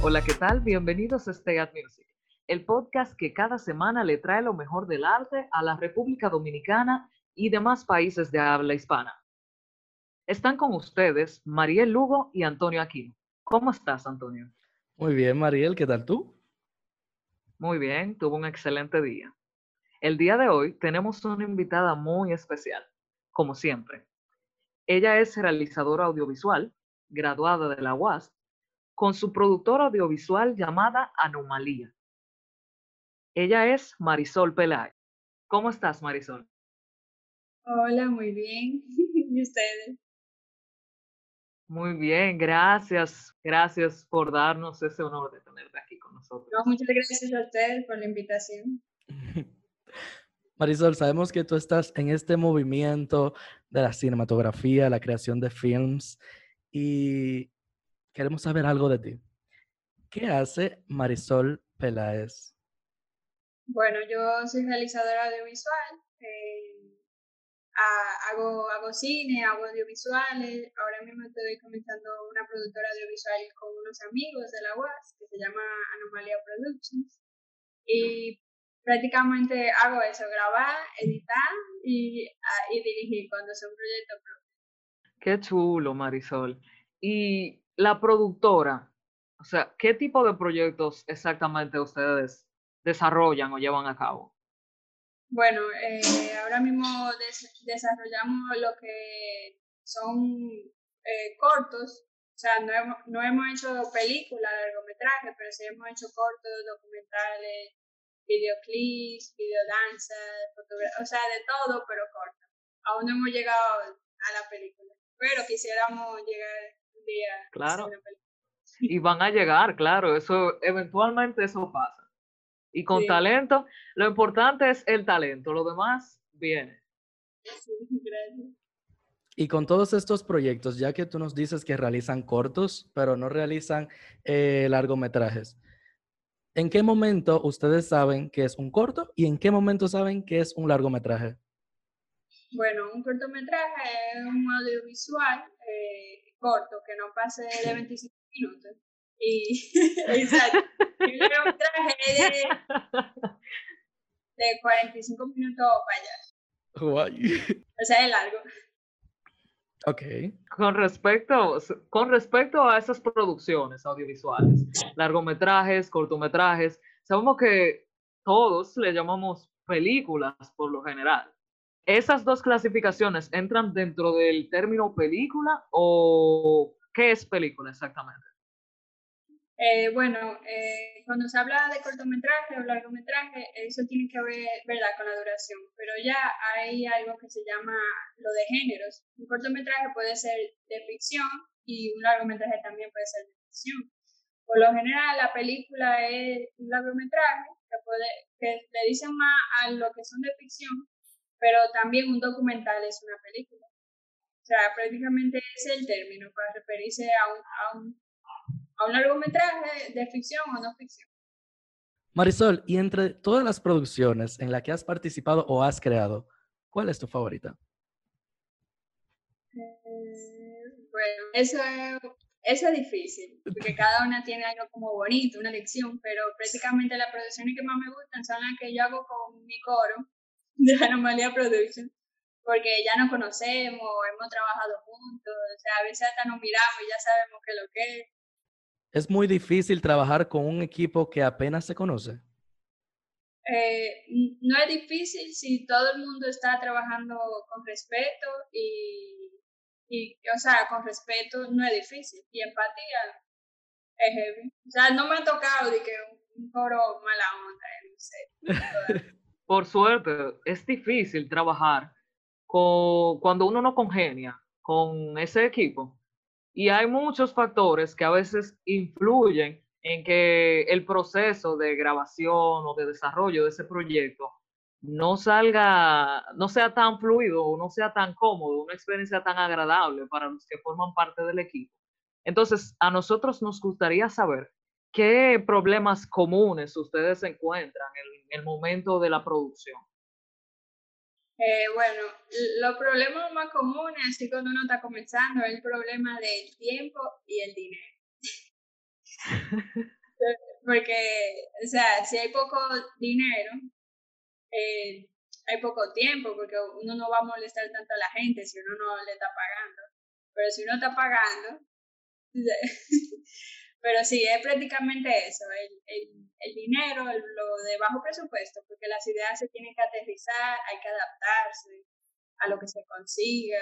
Hola, ¿qué tal? Bienvenidos a Stay at Music, el podcast que cada semana le trae lo mejor del arte a la República Dominicana y demás países de habla hispana. Están con ustedes Mariel Lugo y Antonio Aquino. ¿Cómo estás, Antonio? Muy bien, Mariel, ¿qué tal tú? Muy bien, tuvo un excelente día. El día de hoy tenemos una invitada muy especial, como siempre. Ella es realizadora audiovisual, graduada de la UAS, con su productora audiovisual llamada Anomalía. Ella es Marisol Peláez. ¿Cómo estás, Marisol? Hola, muy bien. ¿Y ustedes? Muy bien, gracias. Gracias por darnos ese honor de tenerte aquí con No, nosotros. muchas gracias a ustedes por la invitación. Marisol, sabemos que tú estás en este movimiento de la cinematografía, la creación de films, y queremos saber algo de ti. ¿Qué hace Marisol Peláez? Bueno, yo soy realizadora audiovisual, hago cine, hago audiovisuales. Ahora mismo estoy comenzando una productora audiovisual con unos amigos de la UAS que se llama Anomalía Productions. Y prácticamente hago eso, grabar, editar y dirigir cuando son proyectos propios. Qué chulo, Marisol. Y la productora, o sea, ¿qué tipo de proyectos exactamente ustedes desarrollan o llevan a cabo? Bueno, ahora mismo desarrollamos lo que son cortos, o sea, no hemos hecho películas, largometrajes, pero sí hemos hecho cortos, documentales, videoclips, videodanzas, o sea, de todo, pero corto. Aún no hemos llegado a la película, pero quisiéramos llegar un día a hacer Claro. una película. Y van a llegar, claro, eso eventualmente eso pasa. Y con Sí, talento, lo importante es el talento, lo demás viene. sí, gracias. Y con todos estos proyectos, ya que tú nos dices que realizan cortos, pero no realizan largometrajes, ¿en qué momento ustedes saben que es un corto y en qué momento saben que es un largometraje? Bueno, un cortometraje es un audiovisual corto que no pase de 25 minutos. Y, exacto. Y un largometraje es de 45 minutos para allá. Guay. O sea, es largo. Ok. Con respecto a esas producciones audiovisuales, largometrajes, cortometrajes, sabemos que todos le llamamos películas por lo general. ¿Esas dos clasificaciones entran dentro del término película o qué es película exactamente? Bueno, cuando se habla de cortometraje o largometraje, eso tiene que ver, ¿verdad?, con la duración. Pero ya hay algo que se llama lo de géneros. Un cortometraje puede ser de ficción y un largometraje también puede ser de ficción. Por lo general, la película es un largometraje que le dicen más a lo que son de ficción, pero también un documental es una película. O sea, prácticamente ese es el término para referirse a un largometraje de ficción o no ficción. Marisol, y entre todas las producciones en las que has participado o has creado, ¿cuál es tu favorita? Bueno, eso es difícil, porque cada una tiene algo como bonito, una lección, pero prácticamente las producciones que más me gustan son las que yo hago con mi coro de Anomalía Production, porque ya nos conocemos, hemos trabajado juntos, o sea, a veces hasta nos miramos y ya sabemos qué es lo que es. Es muy difícil trabajar con un equipo que apenas se conoce. No es difícil si todo el mundo está trabajando con respeto o sea, con respeto no es difícil. Y empatía es heavy. O sea, no me ha tocado de que un coro mala onda, no sé, todavía. Por suerte, es difícil trabajar cuando uno no congenia con ese equipo. Y hay muchos factores que a veces influyen en que el proceso de grabación o de desarrollo de ese proyecto no sea tan fluido o no sea tan cómodo, una experiencia tan agradable para los que forman parte del equipo. Entonces, a nosotros nos gustaría saber qué problemas comunes ustedes encuentran en el momento de la producción. Bueno, los problemas más comunes, así cuando uno está comenzando, es el problema del tiempo y el dinero. Porque, o sea, si hay poco dinero, hay poco tiempo, porque uno no va a molestar tanto a la gente si uno no le está pagando. Pero si uno está pagando, pero sí, es prácticamente eso, el dinero, lo de bajo presupuesto, porque las ideas se tienen que aterrizar, hay que adaptarse a lo que se consiga.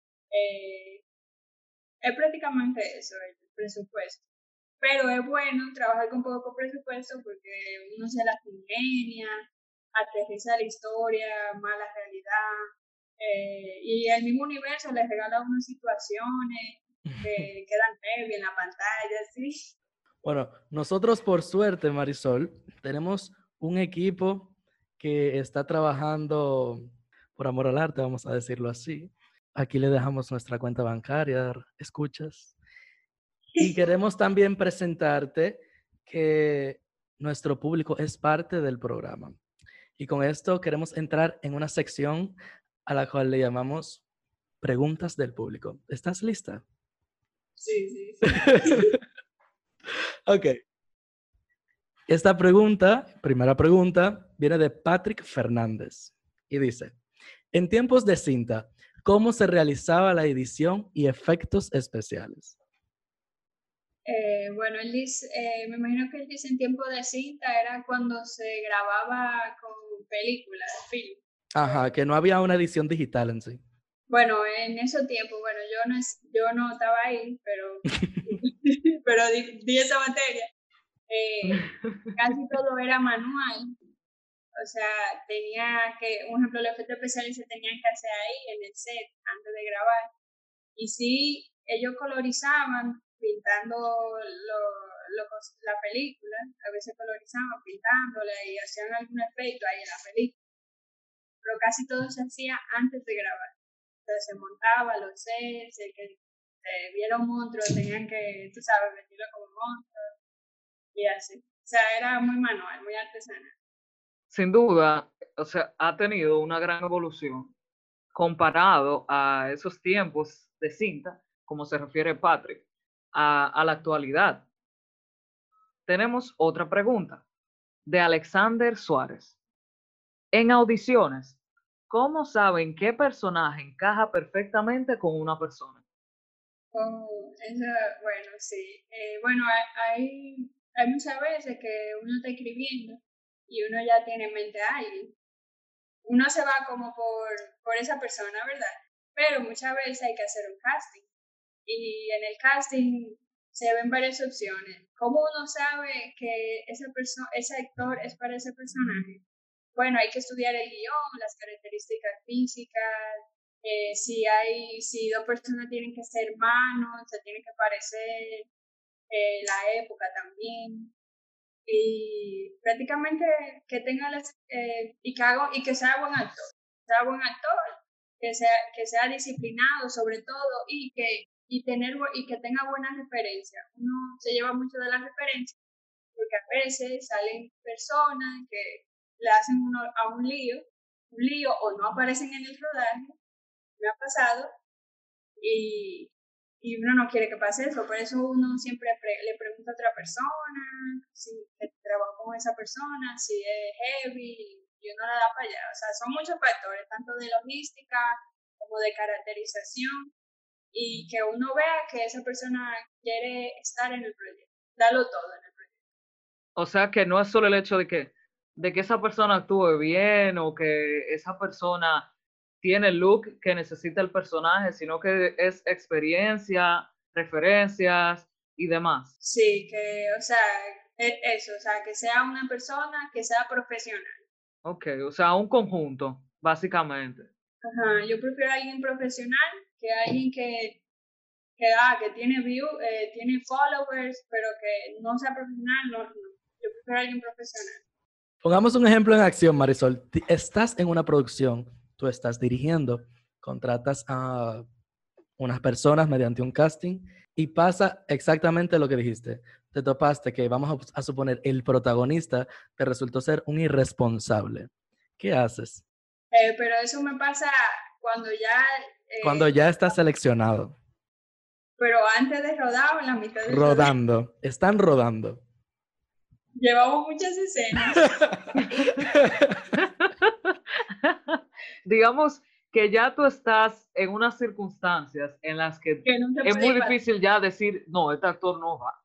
Es prácticamente eso, el presupuesto. Pero es bueno trabajar con poco presupuesto porque uno se las ingenia, aterriza la historia, más la realidad, y el mismo universo les regala unas situaciones que quedan heavy en la pantalla, ¿sí? Bueno, nosotros por suerte, Marisol, tenemos un equipo que está trabajando por amor al arte, vamos a decirlo así. Aquí le dejamos nuestra cuenta bancaria, escuchas. Y queremos también presentarte que nuestro público es parte del programa. Y con esto queremos entrar en una sección a la cual le llamamos Preguntas del Público. ¿Estás lista? Sí, sí, sí. Ok. Esta pregunta, primera pregunta, viene de Patrick Fernández y dice, en tiempos de cinta, ¿cómo se realizaba la edición y efectos especiales? Bueno, él dice, me imagino que él dice en tiempo de cinta era cuando se grababa con películas, film. Ajá, que no había una edición digital en sí. Bueno, en ese tiempo, bueno, yo no estaba ahí, pero, pero di esa materia. Casi todo era manual, o sea, tenía que, un ejemplo, los efectos especiales se tenían que hacer ahí en el set antes de grabar. Y sí, ellos colorizaban pintando la película, a veces colorizaban pintándola y hacían algún efecto ahí en la película, pero casi todo se hacía antes de grabar. Entonces se montaba los sets, el que viera un monstruo tenían que, tú sabes, vestirlo como monstruo y así. O sea, era muy manual, muy artesanal. Sin duda, o sea, ha tenido una gran evolución comparado a esos tiempos de cinta, como se refiere Patrick, a la actualidad. Tenemos otra pregunta de Alexander Suárez. En audiciones, ¿cómo saben qué personaje encaja perfectamente con una persona? Oh, bueno, sí. Bueno, hay muchas veces que uno está escribiendo y uno ya tiene en mente a alguien. Uno se va como por esa persona, ¿verdad? Pero muchas veces hay que hacer un casting. Y en el casting se ven varias opciones. ¿Cómo uno sabe que ese actor es para ese personaje? Bueno, hay que estudiar el guión, las características físicas, si dos personas tienen que ser hermanos, se tienen que parecer, la época también. Y prácticamente que tenga y que sea buen actor, que sea disciplinado sobre todo y que tenga buenas referencias. Uno se lleva mucho de las referencias porque a veces salen personas que le hacen uno a un lío o no aparecen en el rodaje, me ha pasado, y, y uno no quiere que pase eso, por eso uno siempre le pregunta a otra persona si trabajó con esa persona, si es heavy, y uno la da para allá. O sea, son muchos factores, tanto de logística como de caracterización, y que uno vea que esa persona quiere estar en el proyecto, darlo todo en el proyecto. O sea que no es solo el hecho de que esa persona actúe bien o que esa persona tiene el look que necesita el personaje, sino que es experiencia, referencias y demás. Sí, que, o sea, eso, o sea, que sea una persona que sea profesional. Ok, o sea, un conjunto, básicamente. Ajá, yo prefiero a alguien profesional que alguien que tiene tiene followers, pero que no sea profesional, no, no. Yo prefiero a alguien profesional. Pongamos un ejemplo en acción, Marisol. Estás en una producción, tú estás dirigiendo, contratas a unas personas mediante un casting y pasa exactamente lo que dijiste. Te topaste que, vamos a suponer, el protagonista te resultó ser un irresponsable. ¿Qué haces? Pero eso me pasa cuando ya, Cuando ya estás seleccionado. Pero antes de rodar o en la mitad de rodar. Rodando. Están rodando. Llevamos muchas escenas. Digamos que ya tú estás en unas circunstancias en las que Que no se es puede muy ir. difícil ya decir, no, este actor no va.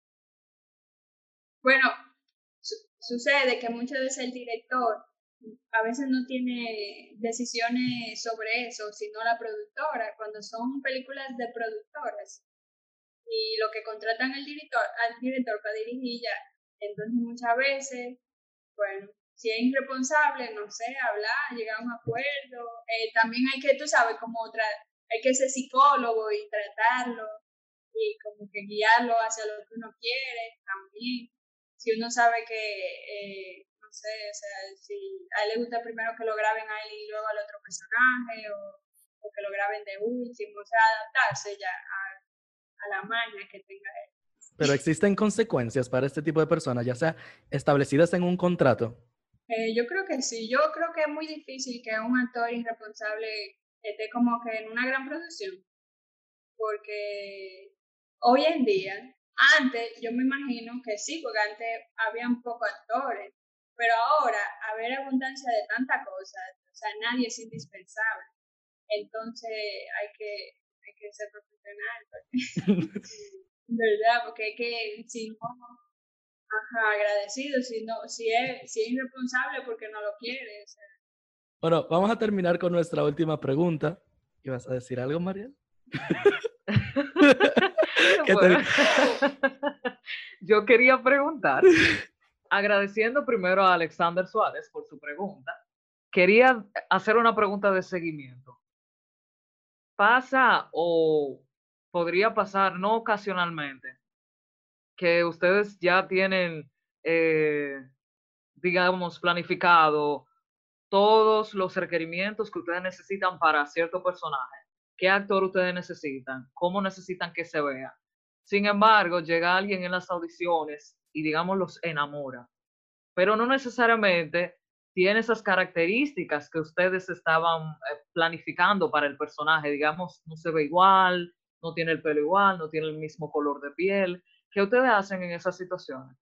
Bueno, sucede que muchas veces el director a veces no tiene decisiones sobre eso, sino la productora, cuando son películas de productoras y lo que contratan al director para dirigir ya. Entonces muchas veces, bueno, si es irresponsable, no sé, hablar, llegar a un acuerdo. También hay que, tú sabes, hay que ser psicólogo y tratarlo y como que guiarlo hacia lo que uno quiere también. Si uno sabe que, no sé, o sea, si a él le gusta primero que lo graben a él y luego al otro personaje o que lo graben de último, o sea, adaptarse ya a la maña que tenga él. Pero existen consecuencias para este tipo de personas, ya sea establecidas en un contrato. Yo creo que sí, yo creo que es muy difícil que un actor irresponsable esté como que en una gran producción, porque hoy en día, antes yo me imagino que sí, porque antes habían pocos actores, pero ahora, a ver abundancia de tantas cosas, o sea, nadie es indispensable, entonces hay que ser profesional, ¿verdad? Porque hay que, si no, ajá, agradecido, si es irresponsable porque no lo quiere, o sea. Bueno, vamos a terminar con nuestra última pregunta. ¿Ibas a decir algo, Mariel? ¿Qué te... Bueno, yo quería preguntar, agradeciendo primero a Alexander Suárez por su pregunta, quería hacer una pregunta de seguimiento. ¿Pasa o podría pasar, no ocasionalmente, que ustedes ya tienen, digamos, planificado todos los requerimientos que ustedes necesitan para cierto personaje? ¿Qué actor ustedes necesitan? ¿Cómo necesitan que se vea? Sin embargo, llega alguien en las audiciones y, digamos, los enamora, pero no necesariamente tiene esas características que ustedes estaban planificando para el personaje. Digamos, no se ve igual, no tiene el pelo igual, no tiene el mismo color de piel. ¿Qué ustedes hacen en esas situaciones?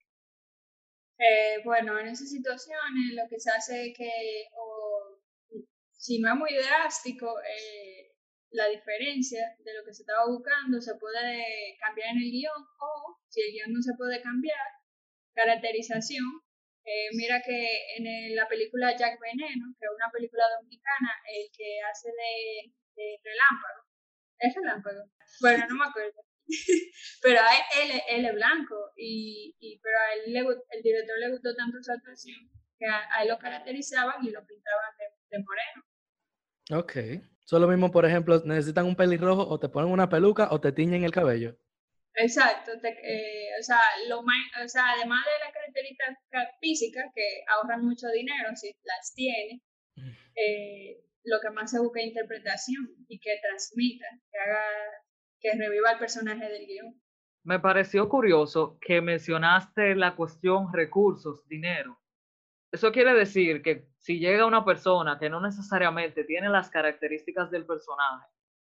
Bueno, en esas situaciones lo que se hace es que, o, si no es muy drástico, la diferencia de lo que se estaba buscando se puede cambiar en el guión o si el guión no se puede cambiar, caracterización. Mira que la película Jack Veneno, que es una película dominicana, el que hace de Relámpago, ¿es Relámpago? Bueno, no me acuerdo. Pero él es blanco pero a él el director le gustó tanto su actuación que a él lo caracterizaban y lo pintaban de moreno. Ok. Son lo mismo, por ejemplo, necesitan un pelirrojo o te ponen una peluca o te tiñen el cabello. Exacto, o sea, además de las características físicas que ahorran mucho dinero si las tiene, lo que más se busca es interpretación y que transmita, que reviva el personaje del guión. Me pareció curioso que mencionaste la cuestión recursos, dinero. Eso quiere decir que si llega una persona que no necesariamente tiene las características del personaje,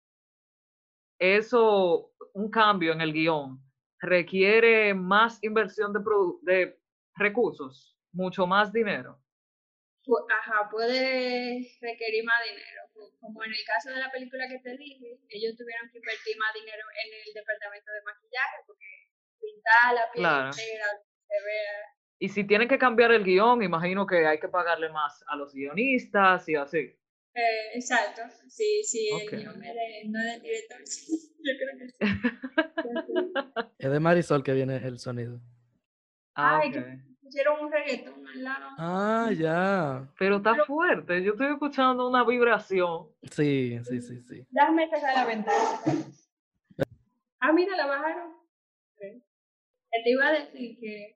eso, un cambio en el guión, requiere más inversión de recursos, mucho más dinero. Ajá, puede requerir más dinero. Como en el caso de la película que te dije, ellos tuvieron que invertir más dinero en el departamento de maquillaje porque pintar la piel Claro. entera, se vea. Y si tienen que cambiar el guión, imagino que hay que pagarle más a los guionistas y así. Exacto, sí, Okay. el guión no es del director, yo creo que sí. Es de Marisol que viene el sonido. Ay, Ok. que pusieron un reggaetón al lado. Ah, ya. Pero está fuerte, yo estoy escuchando una vibración. Sí. Déjame cerrar la ventana. Ah, mira, la bajaron. Te iba a decir que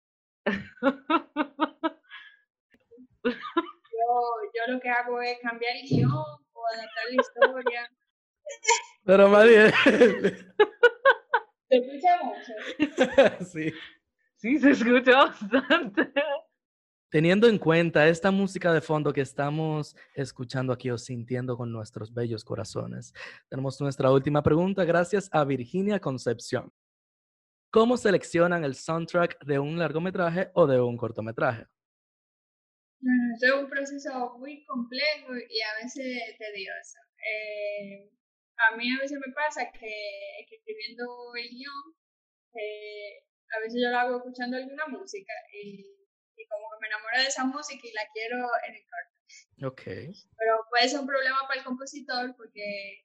yo lo que hago es cambiar el guión o adaptar la historia. Pero Mariel. ¿Te escucha mucho? Sí. Sí, se escucha bastante. Teniendo en cuenta esta música de fondo que estamos escuchando aquí o sintiendo con nuestros bellos corazones, tenemos nuestra última pregunta gracias a Virginia Concepción. ¿Cómo seleccionan el soundtrack de un largometraje o de un cortometraje? Bueno, esto es un proceso muy complejo y a veces tedioso. A mí a veces me pasa que escribiendo el guión, a veces yo lo hago escuchando alguna música y como que me enamoro de esa música y la quiero en el corto. Ok. Pero puede ser un problema para el compositor porque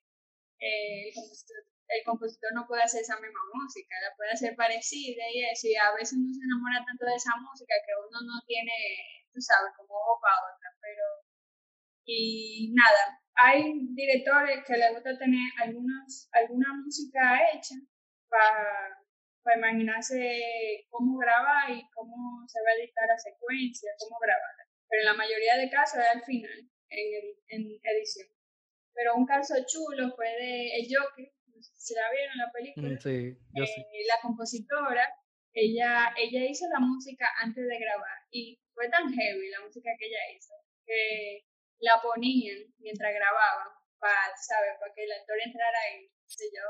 el compositor no puede hacer esa misma música, la puede hacer parecida y eso, y a veces uno se enamora tanto de esa música que uno no tiene, tú sabes, como ojo para otra, pero, y nada, hay directores que les gusta tener alguna música hecha para imaginarse cómo grabar y cómo se va a editar la secuencia, cómo grabarla, pero en la mayoría de casos es al final, en edición. Pero un caso chulo fue de El Joker, no sé si la vieron la película. Sí, yo sí. La compositora, ella hizo la música antes de grabar y fue tan heavy la música que ella hizo que la ponían mientras grababan para, ¿sabes? Para que el actor entrara en, no sé yo,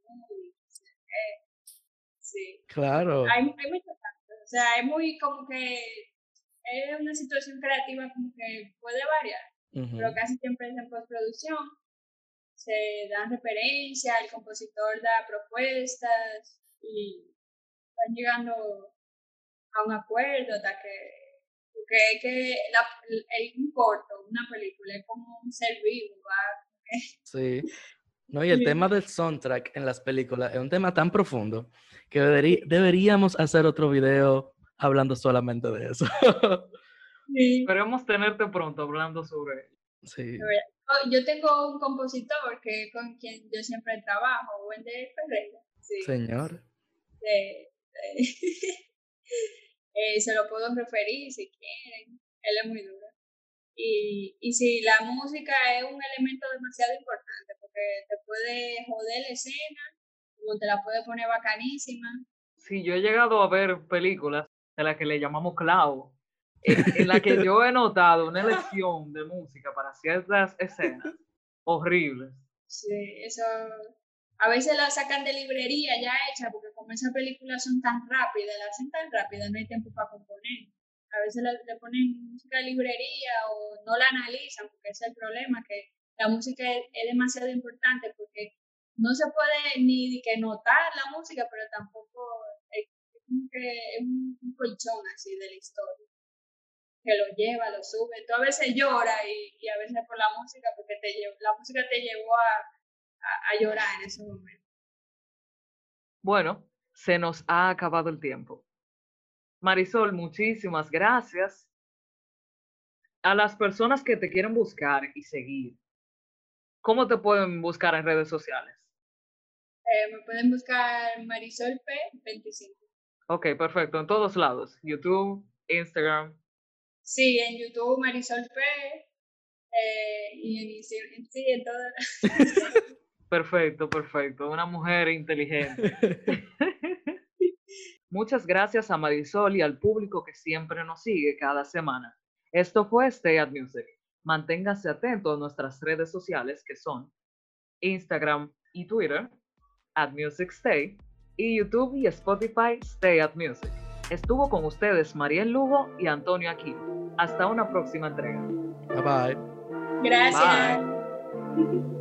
sí. Claro. Hay muchos casos, o sea, es muy como que es una situación creativa como que puede variar, pero casi siempre es en postproducción, se dan referencias, el compositor da propuestas y van llegando a un acuerdo hasta que, porque es que un corto, una película, es como un ser vivo, ¿va? Sí. No, y el tema del soundtrack en las películas es un tema tan profundo que deberíamos hacer otro video hablando solamente de eso. Sí. Esperemos tenerte pronto hablando sobre ello. Sí. Yo tengo un compositor con quien yo siempre trabajo, Wendell Ferreira. Sí. Señor. Se lo puedo referir si quieren. Él es muy duro. Y sí, la música es un elemento demasiado importante porque te puede joder la escena, como te la puede poner bacanísima. Sí, yo he llegado a ver películas de las que le llamamos clavo, en la que yo he notado una elección de música para ciertas escenas horribles. Sí, eso a veces la sacan de librería ya hecha, porque como esas películas son tan rápidas, la hacen tan rápida, no hay tiempo para componer. A veces le ponen música de librería o no la analizan, porque ese es el problema, que la música es demasiado importante, porque no se puede ni que notar la música, pero tampoco es como que es un colchón así de la historia, que lo lleva, lo sube. Tú a veces lloras y a veces por la música, porque la música te llevó a llorar en ese momento. Bueno, se nos ha acabado el tiempo. Marisol, muchísimas gracias. A las personas que te quieren buscar y seguir, ¿cómo te pueden buscar en redes sociales? Me pueden buscar Marisol P25. Ok, perfecto. En todos lados. YouTube, Instagram. Sí, en YouTube Marisol P. Y en Instagram, sí, en todas. Perfecto, perfecto. Una mujer inteligente. Muchas gracias a Marisol y al público que siempre nos sigue cada semana. Esto fue Stay at Music. Manténgase atento a nuestras redes sociales que son Instagram y Twitter, @MusicStay, y YouTube y Spotify, Stay at Music. Estuvo con ustedes Mariel Lugo y Antonio Aquino. Hasta una próxima entrega. Bye bye. Gracias. Bye.